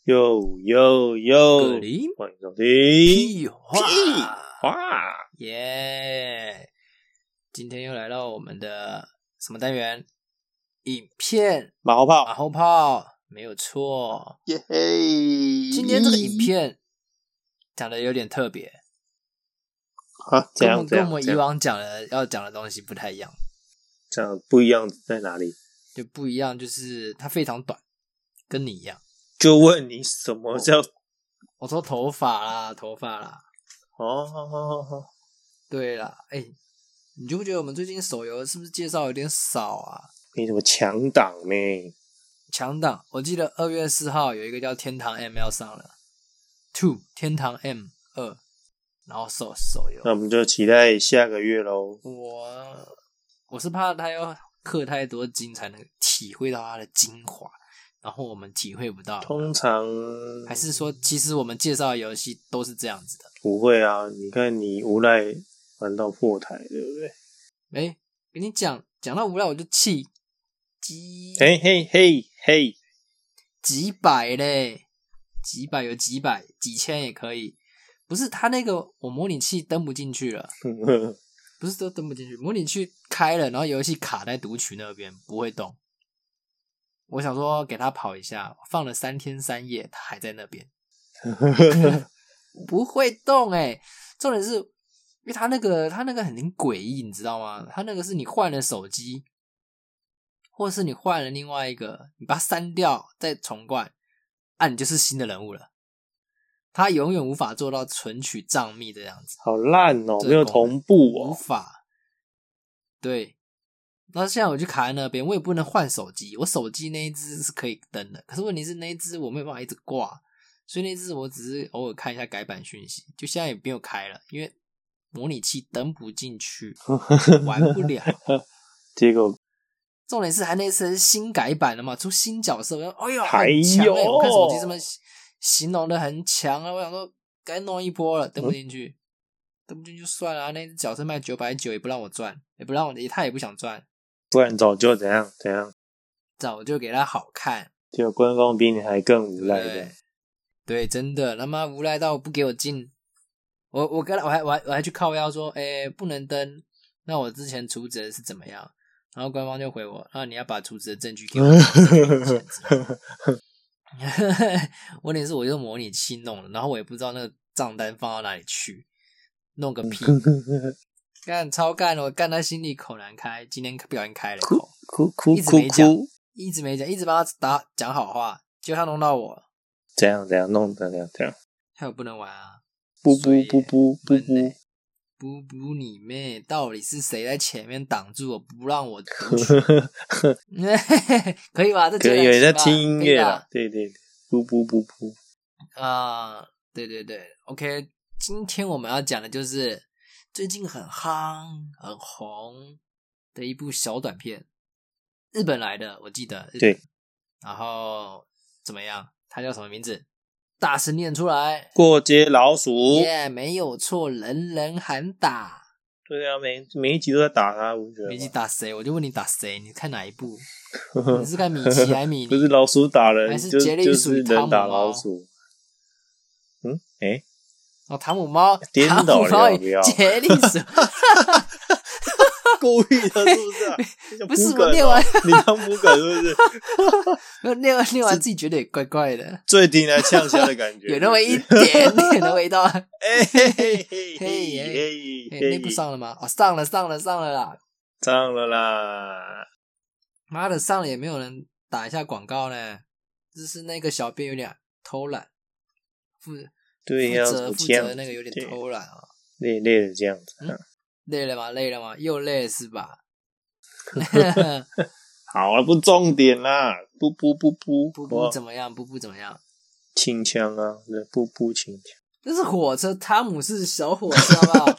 呦呦呦， 格林欢迎收听屁话耶！ 今天又来到我们的什么单元？影片马后炮， 马后炮，没有错。 耶嘿！ 今天这个影片讲的有点特别啊，这样跟我们以往要讲的东西不太一样。 这样不一样在哪里？ 就不一样，就是它非常短，跟你一样。 就问你什么叫？ 我说头发啦。 哦， 对啦，你觉不觉得我们最近手游是不是介绍有点少啊？ 没什么强档咩？ 强档，我记得2月4号有一个叫天堂 M 要上了 ，2 天堂 M2，然后手游。 那我们就期待下个月咯。 我是怕他要氪太多金才能体会到它的精华，然后我们体会不到。 通常还是说，其实我们介绍的游戏都是这样子的？ 不会啊，你看你无赖玩到破台，对不对？ 跟你讲到无赖我就气， 嘿， 几百嘞，几百有几百，几千也可以。不是他那个我模拟器登不进去了，不是都登不进去，模拟器开了，然后游戏卡在读取那边不会动。我想说给他跑一下，放了3天3夜，他还在那边，不会动重点是，因为他那个很诡异，你知道吗？他那个是你换了手机，或是你换了另外一个，你把它删掉再重灌，你就是新的人物了。他永远无法做到存取账密的样子， 好烂哦，没有同步哦， 无法。对，那现在我就卡在那边，我也不能换手机，我手机那一只是可以登的，可是问题是那一只我没有办法一直挂，所以那一只我只是偶尔看一下改版讯息，就现在也没有开了，因为模拟器登不进去，玩不了。 结果重点是还那次是新改版的嘛，出新角色，哎呦， 还很强有我看手机这么形容的很强啊，我想说该弄一波了，登不进去，登不进去就算了那只角色卖990也不让我赚，他也不想赚， 不然早就怎样， 早就给他好看， 结果官方比你还更无赖的， 对，真的他妈无赖到不给我进，我还去靠腰说，不能登，那我之前储值的是怎么样？然后官方就回我，你要把储值的证据给我。问题是我用模拟器弄了，然后我也不知道那个账单放到哪里去，弄个屁，干超干了，我干他心里口难开，今天不小心开了口， 哭， 一直没讲，一直帮他讲好话，结果他弄到我， 怎样弄的这样， 害我不能玩啊， 不， 不你妹！到底是谁在前面挡住我，不让我读取？可以吧？这可以在听音乐啦，对，不对 ，OK。今天我们要讲的就是最近很夯、很红的一部小短片，日本来的，我记得。 对。 然后怎么样？它叫什么名字？大声念出来！ 过街老鼠， 没有错，人人喊打。 对啊，每一集都在打他，我觉得。 每一集打谁？我就问你打谁？你看哪一部？你是看米奇还是米妮？ 不是老鼠打人， 还是杰利鼠与汤姆猫？ 就是人打老鼠。 汤姆猫， 颠倒了，不要杰利鼠。 故意的，是不是啊？ 不是我念完， 你当补梗是不是？念完自己觉得也怪怪的， 最顶来呛下的感觉， 有那么一点点的味道。那部上了吗？上了啦， 上了啦！ 妈的，上了也没有人打一下广告呢，这是那个小编有点偷懒，负责那个有点偷懒啊， 累了这样子。 累了吗？又累了是吧？ 好了，不重点啦，不怎么样？ 清腔啊，不清腔。 这是火车，汤姆是小火车，好不好？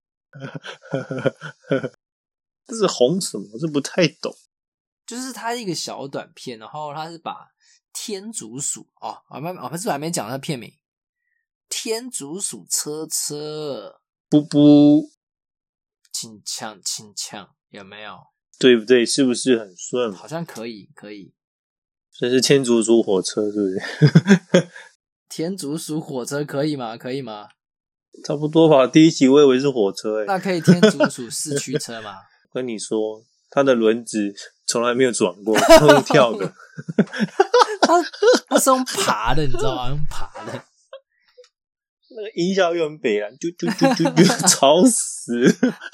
这是红什么？这不太懂。 就是它一个小短片，然后它是把天竺鼠不是还没讲它片名，天竺鼠车清腔有没有？ 对不对？是不是很顺？ 好像可以。 所以是天竺鼠火车是不是？ 天竺鼠火车可以吗？可以吗？ 差不多吧，第一集我以为是火车那可以天竺鼠四驱车吗？ 我跟你说，它的轮子从来没有转过，都用跳的。 它是用爬的，你知道吗？用爬的。 那个音效又很北蓝，就吵死。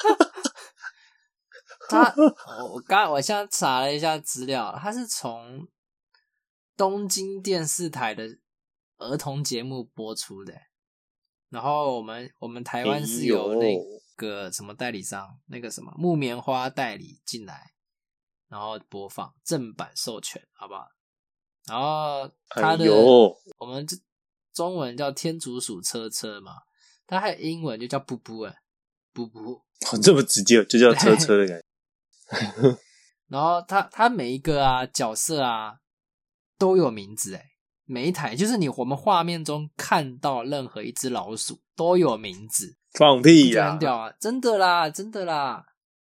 我现在查了一下资料，它是从东京电视台的儿童节目播出的。然后我们台湾是有那个什么代理商，那个什么木棉花代理进来，然后播放正版授权，好不好？然后它的、我们这中文叫天竺鼠车车嘛，它还有英文就叫布布布布， 这么直接就叫车车的感觉。 然后它每一个角色都有名字每一台就是我们画面中看到任何一只老鼠都有名字。 放屁啦！ 很屌啊！真的啦，真的啦！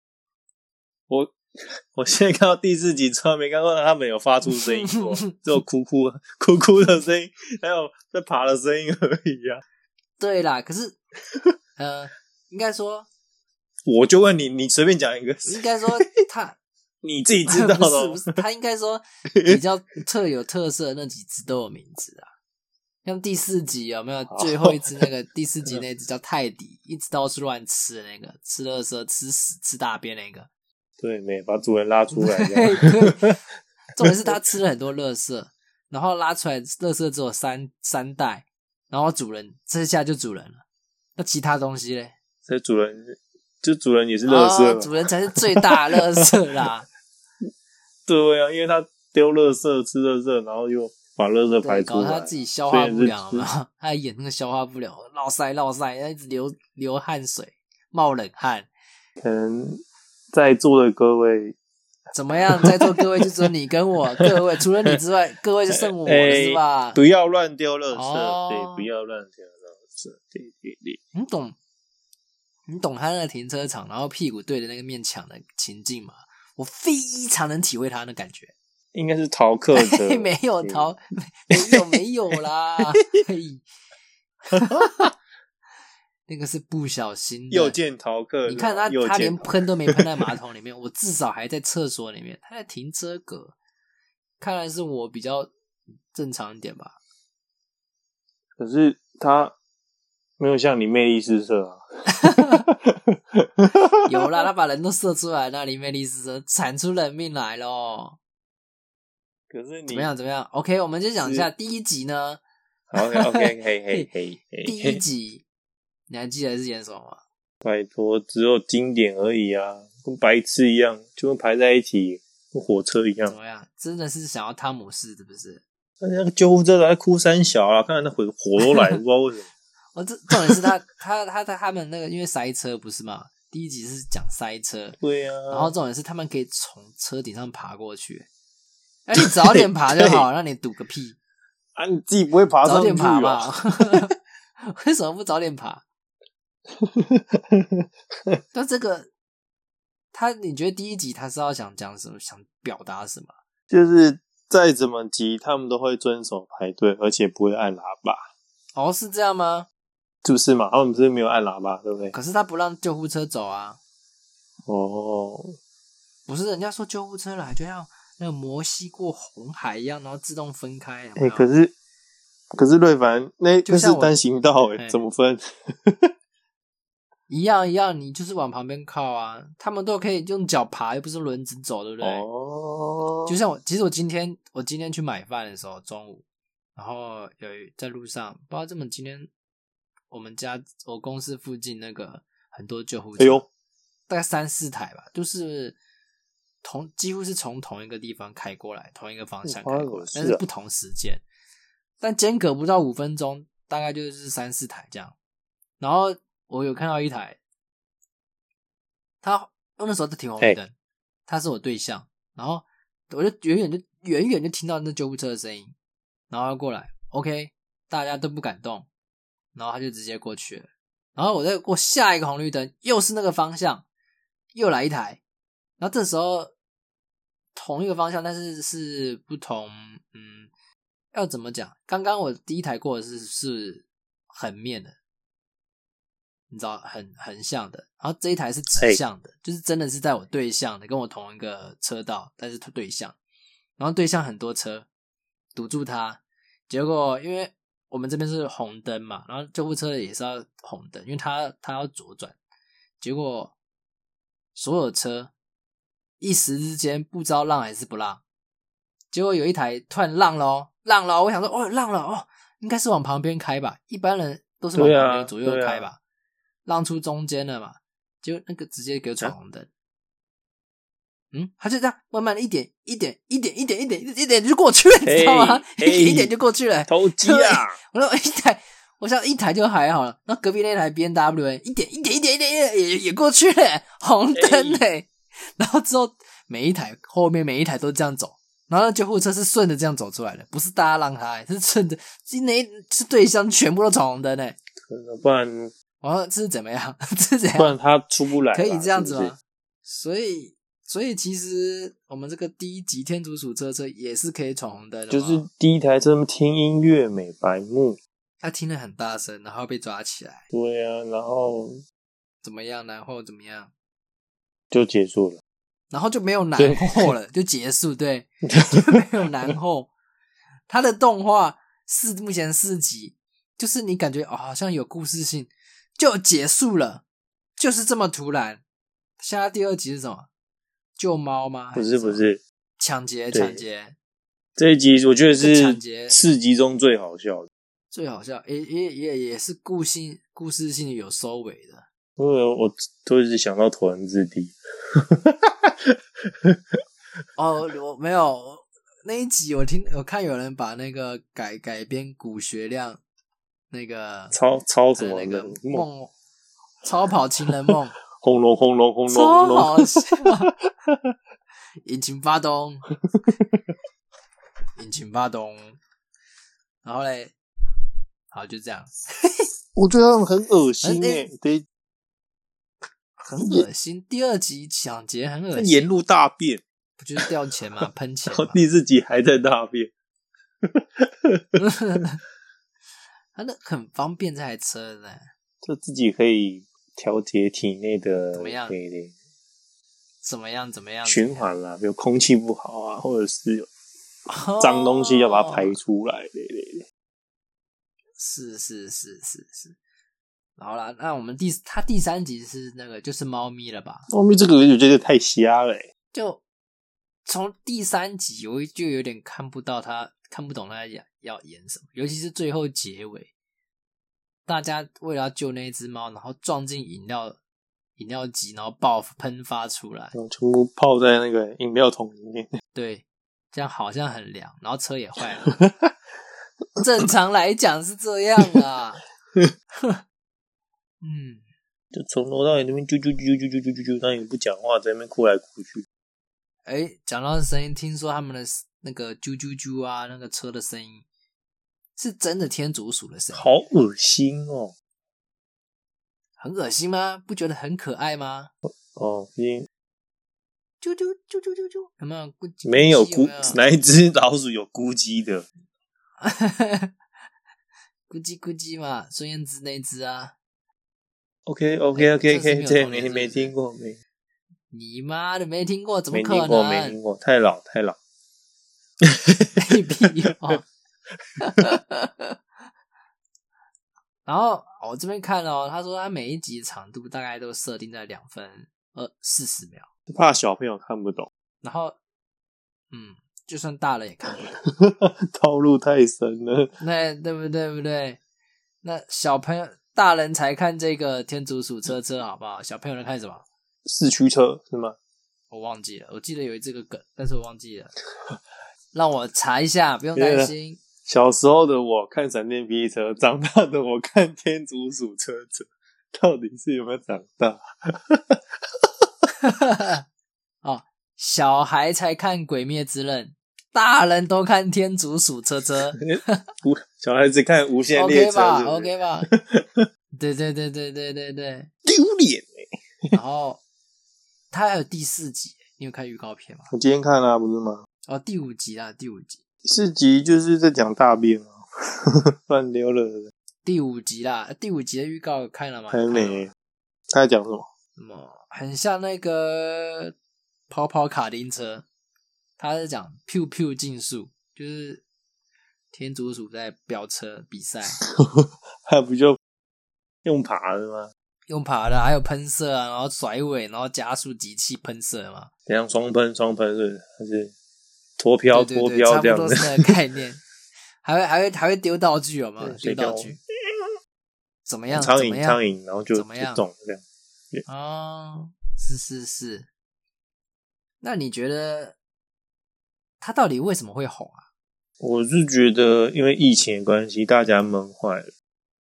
我现在看到第4集，从来没看过他们有发出声音过，只有哭哭的声音，还有在爬的声音而已啊。 对啦，可是应该说， 我就问你，你随便讲一个， 应该说他你自己知道的， 不是，他应该说比较有特色的那几只都有名字啊。像第4集有没有最后一只那个第4集那只叫泰迪，一直到处乱吃的那个，吃垃圾、吃屎、吃大便那个。 对，没把主人拉出来。 对，重点是他吃了很多垃圾，然后拉出来垃圾只有三袋，然后主人这下就主人了。那其他东西嘞？ 所以主人也是垃圾、 主人才是最大的垃圾啦。 对啊，因为他丢垃圾、吃垃圾，然后又把垃圾排出来， 搞他自己消化不良嘛，他演那个消化不良，落腮，一直流汗水，冒冷汗。 可能在座的各位怎么样？在座各位就只有你跟我，各位除了你之外，各位就剩我了，是吧？ 不要乱丢垃圾，对，不要乱丢垃圾，对。 你懂他那个停车场，然后屁股对着那个面墙的情境吗？我非常能体会他的感觉。 应该是逃课者， 没有没有啦。那个是不小心的， 又见逃课。 你看他连喷都没喷在马桶里面，我至少还在厕所里面，他在停车格。看来是我比较正常一点吧。 可是他没有像你魅力四射啊。 有啦，他把人都射出来，那里魅力四射，产出人命来咯。 可是你怎么样 ？OK， 我们就讲一下第1集呢。 OK， 嘿。 第1集你还记得是演什么吗？ 拜托，只有经典而已啊，跟白痴一样，就跟排在一起，跟火车一样。 怎么样？真的是想要汤姆士是不是？ 那个救护车在哭三小啊，看到那火都来，不知道为什么。 这重点是他们那个因为塞车不是吗？第1集是讲塞车， 对啊。 然后重点是他们可以从车顶上爬过去。你早点爬就好，让你赌个屁啊！你自己不会爬上去， 早点爬嘛？为什么不早点爬？那这个你觉得第1集他是要想讲什么？想表达什么？ 就是再怎么急，他们都会遵守排队，而且不会按喇叭。 哦，是这样吗？ 是不是嘛？他们不是没有按喇叭，对不对？ 可是他不让救护车走啊。 哦， 不是，人家说救护车来就像那个摩西过红海一样，然后自动分开。 可是瑞凡那是单行道怎么分？ 一样，你就是往旁边靠啊。他们都可以用脚爬，又不是轮子走，对不对？ 哦， 就像其实我今天去买饭的时候，中午，然后在路上，不知道今天我公司附近那个很多救护车，大概3-4台吧，就是几乎是从同一个地方开过来，同一个方向开过来，但是不同时间，但间隔不到5分钟，大概就是3-4台这样。然后我有看到一台，他那时候在停红绿灯，他是我对象，然后我就远远就听到那救护车的声音，然后他过来 ，OK， 大家都不敢动，然后他就直接过去了。然后我再过下一个红绿灯，又是那个方向，又来一台。然后这时候同一个方向，但是是不同。要怎么讲？刚刚我第一台过的是横面的，你知道，很像的。然后这一台是直向的，就是真的是在我对向的，跟我同一个车道，但是对向。然后对向很多车堵住它，结果因为我们这边是红灯嘛，然后救护车也是要红灯，因为它要左转。结果所有车一时之间不知道让还是不让，结果有一台突然让了，我想说让了应该是往旁边开吧，一般人都是往旁边左右开吧，让出中间了嘛，结果那个直接给我闯红灯。他就这样慢慢的一点就过去了，你知道吗？一点就过去了， 偷鸡啊！ 我想一台就还好了，然后隔壁那台 BMW 一点也过去了，红灯嘞。然后之后后面每一台都这样走，然后救护车是顺着这样走出来的，不是大家让他，是顺着，是对向全部都闯红灯嘞。 不然这是怎么样？这是怎样？ 不然他出不来， 可以这样子吗？所以其实我们这个第一集天竺鼠车也是可以闯红灯的， 就是第一台车听音乐美白目， 他听得很大声，然后被抓起来。 对啊，然后怎么样？然后怎么样？ 就结束了， 然后就没有然后了，就结束，对，就没有然后。他的动画目前4集，就是你感觉好像有故事性，就结束了，就是这么突然。现在第2集是什么？救猫吗？ 不是抢劫。 这一集我觉得是抢劫 4集中最好笑的， 也是故事性有收尾的。 因为我都一直想到头文字 D。 我没有那一集，我看有人把那个改编古学亮那个超什么那个梦超跑情人梦。 轰隆轰隆轰隆， 超好笑！引擎发动，然后嘞，好就这样。 我觉得他们很恶心对， 很恶心。第2集抢劫很恶心， 沿路大便， 不就是掉钱吗？喷钱。 第4集还在大便， 他那很方便这台车呢， 就自己可以调节体内的怎么样循环啦，比如空气不好啊，或者是有脏东西要把它排出来，对。 是。好啦，那我们他第3集是那个就是猫咪了吧？ 猫咪这个我觉得太瞎了就从第3集我就有点看不懂他要演什么，尤其是最后结尾。大家为了要救那只猫，然后撞进饮料机，然后喷发出来， 全部泡在那个饮料桶里面。对， 这样好像很凉，然后车也坏了。正常来讲是这样啊。 就从楼到你那边啾，然后也不讲话，在那边哭来哭去。 讲到声音，听说他们的那个啾啊，那个车的声音。是真的天竺鼠的声音， 好恶心哦！ 很恶心吗？不觉得很可爱吗？ 啾， 有没有？ 没有哪一只老鼠有咕叽的？ 咕叽嘛，孙燕姿那只啊。 OK，这没听过没？ 你妈的没听过，怎么可能？ 没听过，太老。 没必要。然后我这边看了他说他每一集长度大概都设定在2分40秒， 怕小朋友看不懂。 然后就算大人也看不懂。 套路太深了， 那对不对？那大人才看这个天竺鼠车好不好？小朋友能看什么？ 四驱车是吗？ 我忘记了，我记得有这个梗，但是我忘记了。让我查一下，不用担心。 小时候的我看闪电霹雳车，长大的我看天竺鼠车，到底是有没有长大？ 小孩才看鬼灭之刃，大人都看天竺鼠车。 小孩子看无限列车 OK 吧对，丢脸然后他还有第4集， 你有看预告片吗？ 我今天看啦，不是吗？ 哦，第5集啦，第5集。 4集就是在讲大便啊，乱溜了。 第5集啦，第5集的预告看了吗？ 还没。他在讲什么？ 什么？很像那个跑跑卡丁车，他是讲 pew pew 竞速，就是天竺鼠在飙车比赛。 还不就用爬的吗？ 用爬的，还有喷射啊，然后甩尾，然后加速机器喷射嘛。 怎样双喷是还是脱飘对对对， 脱飘这样子？ 差不多是那个概念。还会丢道具，有没有？丢道具怎么样？ 苍蝇，然后就怎么样？ 就中这样。 哦，是。那你觉得他到底为什么会红啊？ 我是觉得因为疫情的关系，大家闷坏了。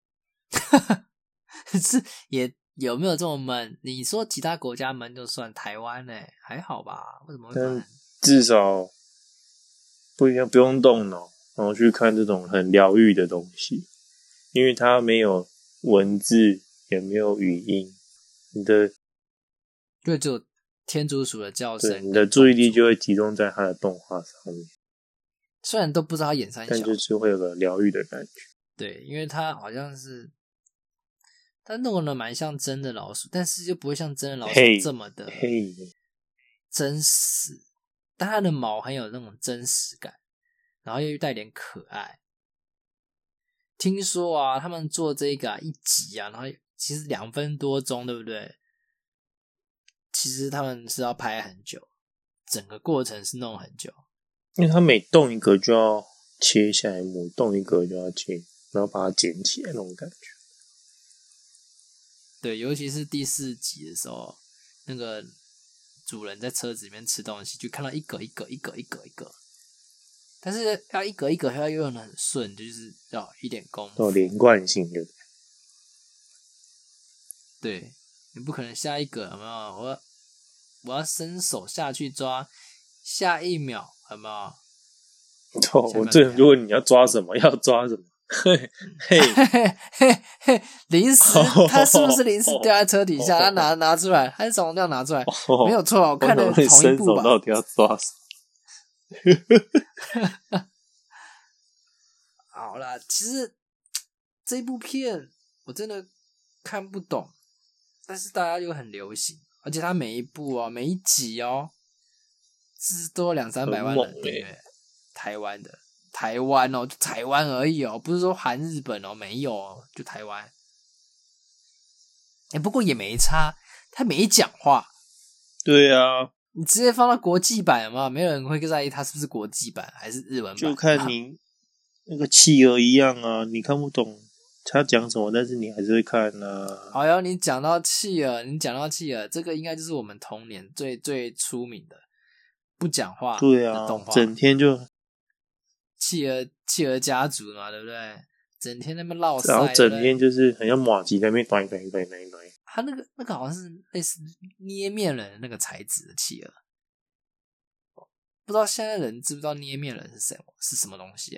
是也有没有这么闷？你说其他国家闷就算，台湾还好吧？为什么会闷？ 至少不用动脑，然后去看这种很疗愈的东西，因为它没有文字，也没有语音，你的就只有天竺鼠的叫声， 你的注意力就会集中在它的动画上面。 虽然都不知道他演三小， 但就是会有个疗愈的感觉。 对，因为它好像是。它弄得蛮像真的老鼠，但是就不会像真的老鼠这么的真实。但它的毛很有那种真实感，然后又带点可爱。听说啊，他们做这个1集啊，然后其实2分多钟，对不对？其实他们是要拍很久，整个过程是弄很久， 因为它每动一个就要切下一幕，动一个就要切，然后把它捡起来那种感觉。 对，尤其是第4集的时候，那个主人在车子里面吃东西，就看到一格，但是要一格一格，要用得很顺，就是要一点功夫， 连贯性的。 对，你不可能下一格有没有？我要伸手下去抓，下一秒有没有？ 我这如果你要抓什么，要抓什么？ 零食，他是不是零食掉在车底下？他拿出来，他是从这样拿出来，没有错。我看的同一部吧。 到底要抓什么？好啦，其实这部片我真的看不懂，但是大家又很流行，而且它每一部哦，每一集哦，都有200-300万人订阅，台湾的。台湾哦，就台湾而已哦，不是说韩日本哦，没有哦，就台湾。不过也没差，他没讲话。 对啊， 你直接放到国际版嘛，没有人会在意他是不是国际版还是日文版。 就看你那个企鹅一样啊，你看不懂他讲什么，但是你还是会看啊。 好哟，你讲到企鹅，这个应该就是我们童年最出名的不讲话的动画。 对啊，整天就。 企鹅家族嘛，对不对？整天在那边烙赛， 然后整天就是很像马吉在那边端。 他那个好像是类似捏面人的那个材质的企鹅，不知道现在人知不知道捏面人是什么东西？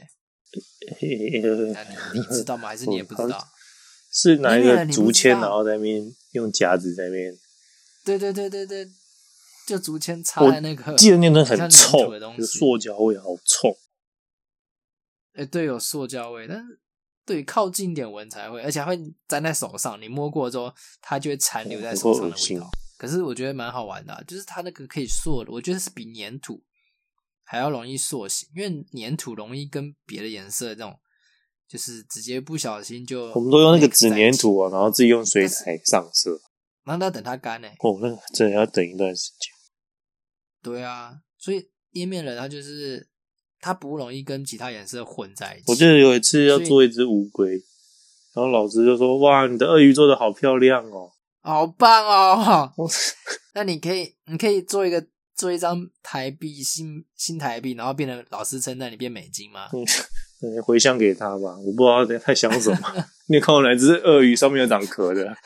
你知道吗？还是你也不知道？ 是拿一个竹签，然后在那边用夹子在那边。 对，就竹签插在那个。 我记得那个很臭的东西，塑胶味好臭。 对，有塑胶味，但是对靠近点闻才会，而且还会粘在手上，你摸过之后，它就会残留在手上的味道。可是我觉得蛮好玩的就是它那个可以塑的，我觉得是比粘土还要容易塑形，因为粘土容易跟别的颜色这种，就是直接不小心就。 我们都用那个纸粘土啊，然后自己用水彩上色， 然后要等它干那个真的要等一段时间。 对啊，所以捏面人它就是它不容易跟其他颜色混在一起。 我记得有一次要做一只乌龟，然后老师就说：“哇，你的鳄鱼做的好漂亮哦， 好棒哦！”那你可以做一张台币新台币，然后变成老师称赞你变美金吗？ 回向给他吧，我不知道他想什么。你看我哪只鳄鱼上面有长壳的？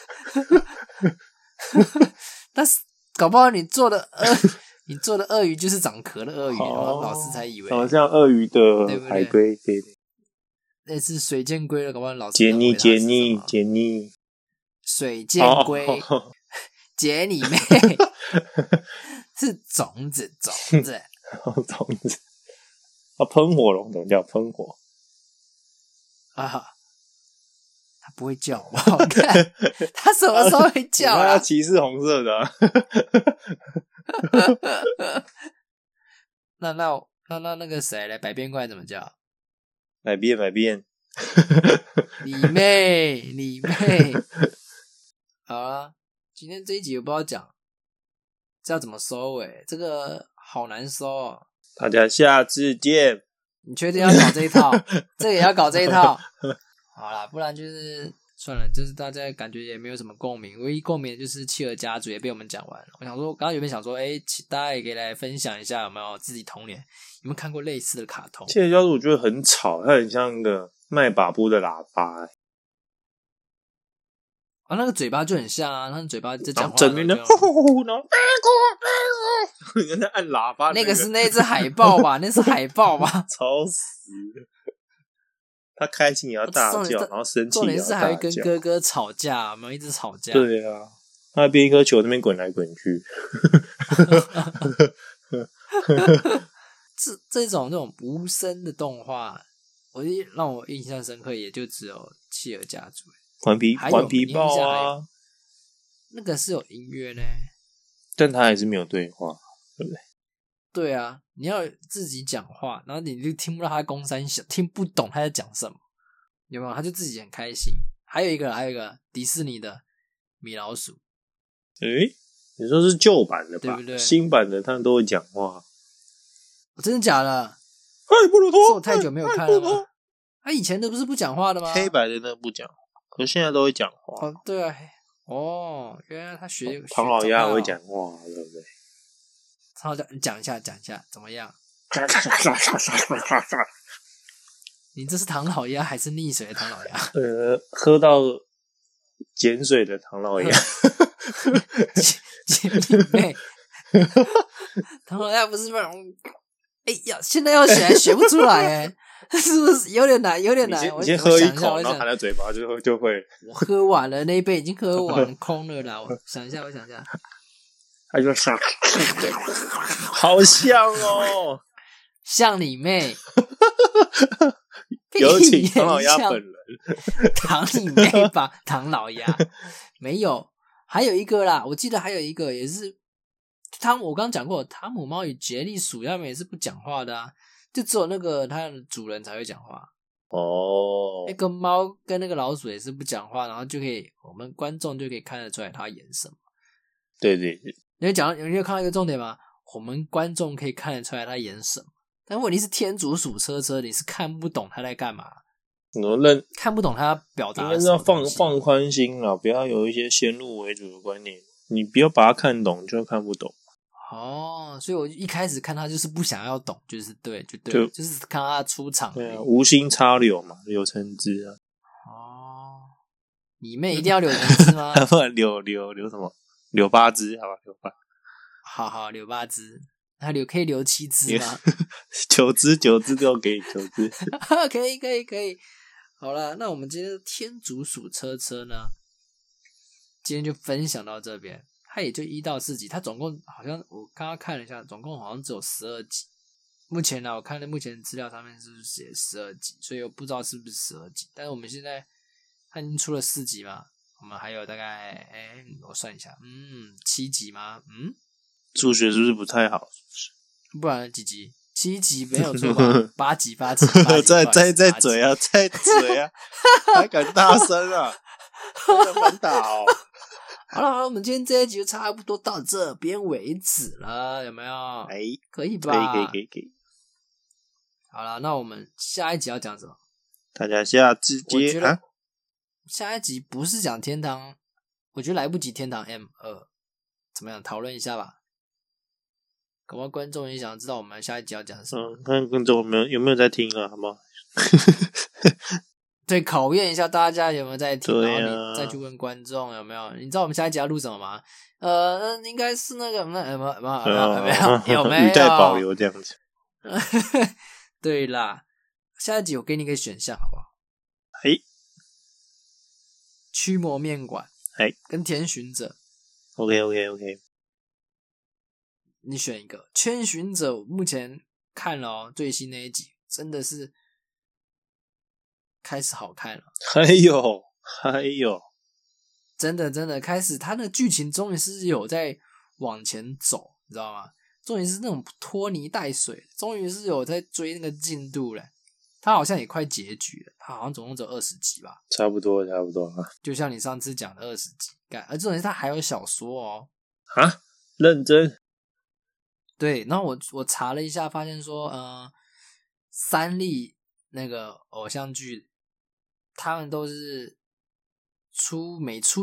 但是搞不好你做的鳄鱼就是长壳的鳄鱼，然后老师才以为。 像鳄鱼的海龟，对。 类似水箭龟的，搞不好老师杰尼水箭龟，解你妹！ 是种子。 种子。喷火龙怎么叫喷火？ 啊，他不会叫，我好看他什么时候会叫啊？ 他骑是红色的啊。 那个谁嘞？百变怪怎么叫？ 百变。 你妹！好啦，今天这一集我不知道讲这要怎么收尾，这个好难收哦。 大家下次见。 你确定要搞这一套？这个也要搞这一套？好啦，不然就是算了，就是大家感觉也没有什么共鸣，唯一共鸣的就是企鹅家族也被我们讲完了。我想说，刚刚有没有想说，大家也可以来分享一下有没有自己童年有没有看过类似的卡通？ 企鹅家族我觉得很吵，它很像那个卖把布的喇叭。 啊，那个嘴巴就很像啊，他的嘴巴在讲话， 整面的呼呼呼，然后你在按喇叭， 那个是那只海豹吧？那是海豹吧？ 吵死！他开心也要大叫，然后生气也要大叫。重点是还会跟哥哥吵架，有没有一直吵架？ 对啊，他还变一颗球那边滚来滚去。 这种无声的动画，让我印象深刻，也就只有企鹅家族。 顽皮豹啊， 那个是有音乐呢， 但他还是没有对话，对不对？ 对啊，你要自己讲话，然后你就听不到他公三小，听不懂他在讲什么，有没有？他就自己很开心。还有一个迪士尼的米老鼠， 你说是旧版的吧？ 对不对？ 新版的他都会讲话， 真的假的？ 布鲁托， 是我太久没有看了吗？他以前都不是不讲话的吗？ 黑白的那个不讲话，可是现在都会讲话。 哦，对啊，原来他学唐老鸭会讲话，对不对？ 唐老鸭，你讲一下怎么样？你这是唐老鸭还是溺水的唐老鸭？ 喝到碱水的唐老鸭。 妹，唐老鸭不是那种，现在要学不出来是不是有点难？ 你先喝一口，然后含在嘴巴就会。 我喝完了，那一杯已经喝完空了啦。我想一下， 他就像，好像哦， 像你妹。 有请唐老鸭本人。 唐你妹吧，唐老鸭没有，还有一个啦，我记得还有一个也是我刚刚讲过，汤姆猫与杰利鼠他们也是不讲话的啊，就只有那个它的主人才会讲话。那个猫跟那个老鼠也是不讲话，然后我们观众就可以看得出来它演什么。 对， 你有看到一个重点吗？我们观众可以看得出来它演什么，但问题是天竺鼠车车你是看不懂它在干嘛，看不懂它表达的什么。 应该是要放宽心啦，不要有一些先入为主的观念，你不要把它看懂就看不懂。 所以我一开始看他就是不想要懂，就是对，就是看他出场而已。 对啊，无心插柳嘛，柳橙汁啊。 你妹一定要柳橙汁吗？ 不然柳什么？柳八枝，好吧， 好，柳八枝，那可以留7枝吗 ？9枝都要给9枝。 可以。好啦，那我们今天的天竺鼠车车呢，今天就分享到这边。它也就1到4集，它总共好像我刚刚看了一下，总共好像只有12集。目前呢，我看目前资料上面是写12集，所以我不知道是不是12集。但是我们现在它已经出了4集嘛，我们还有大概我算一下，7集吗？ 数学是不是不太好？ 不然几集？7集没有错吧？8集， 再嘴啊，还敢大声啊？反打哦！ 好了，我们今天这一集就差不多到这边为止了，有没有？可以吧？ 可以。 好了，那我们下一集要讲什么？ 大家下次见啊！ 下一集不是讲天堂，我觉得来不及天堂 M2，怎么样？讨论一下吧。搞不好观众也想知道我们下一集要讲什么。 看观众有没有在听啊？好不好？ 对，考验一下大家有没有在听， 对然后你再去问观众有没有。你知道我们下一集要录什么吗？应该是那个有没有语带保留这样子。 对啦，下一集我给你一个选项，好不好？驱魔面馆，跟天巡者。 OK。 你选一个。千寻者我目前看了最新那一集，真的是开始好看了。 还有， 真的开始，它的剧情终于是有在往前走，你知道吗？终于是那种拖泥带水，终于是有在追那个进度了。它好像也快结局了，它好像总共只有20集吧， 差不多就像你上次讲的20集。而重点是它还有小说哦。 啊，认真？ 对，然后我查了一下，发现说，三立那个偶像剧，他们都是每出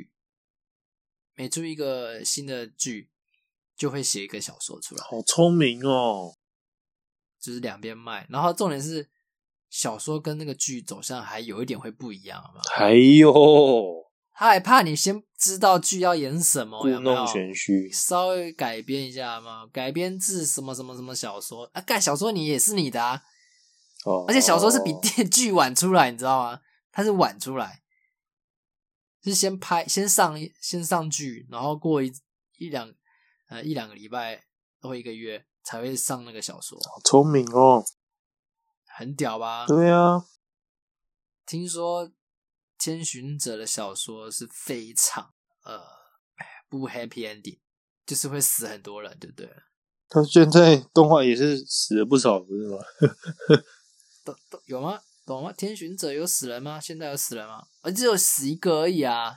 一个新的剧，就会写一个小说出来。 好聪明哦， 就是两边卖。然后重点是小说跟那个剧走向还有一点会不一样，有没有？ 还有， 他还怕你先知道剧要演什么， 故弄玄虚， 稍微改编一下嘛，改编自什么什么什么小说啊？干小说你也是你的啊，而且小说是比电剧晚出来，你知道吗？它是晚出来，是先上剧，然后过一两个礼拜或1个月才会上那个小说。 好聪明哦， 很屌吧？ 对啊， 听说千寻者的小说是非常不 happy ending， 就是会死很多人，对不对？ 他现在动画也是死了不少，不是吗？ 都有吗？懂吗？天巡者有死人吗？现在有死人吗？只有死1个而已啊！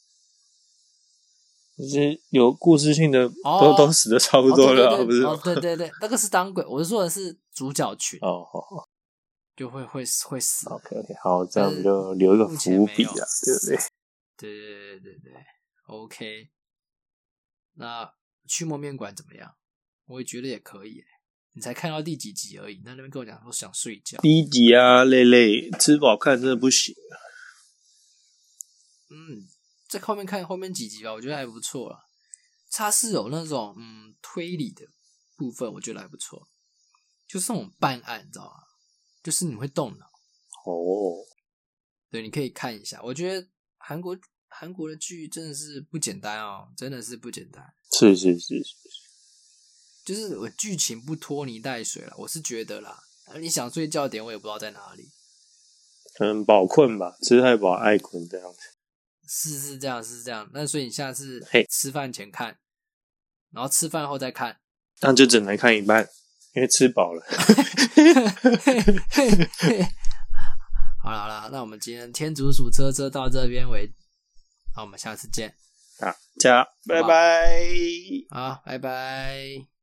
就是有故事性的都死的差不多了， 对不是吗？ 对，那个是当鬼，我是说的是主角群就会死。 OK， 好，这样就留一个伏笔啊，对不对？ 对 ，OK。那驱魔面馆怎么样？我也觉得也可以。你才看到第几集而已，那边跟我讲说想睡觉。 第1集啊，累，吃饱看真的不行。 在后面看后面几集吧，我觉得还不错啦。它是有那种推理的部分，我觉得还不错，就是那种办案，你知道吗？就是你会动脑哦。 对，你可以看一下。我觉得韩国的剧真的是不简单哦，真的是不简单。 是， 就是我剧情不拖泥带水啦，我是觉得啦。你想睡觉点，我也不知道在哪里。 可能饱困吧，吃太饱爱困这样子。 是这样。那所以你下次吃饭前看，然后吃饭后再看， 那就只能看一半，因为吃饱了。 好啦，那我们今天天竺鼠车到这边为止，好，我们下次见， 大家拜拜。 好，拜拜。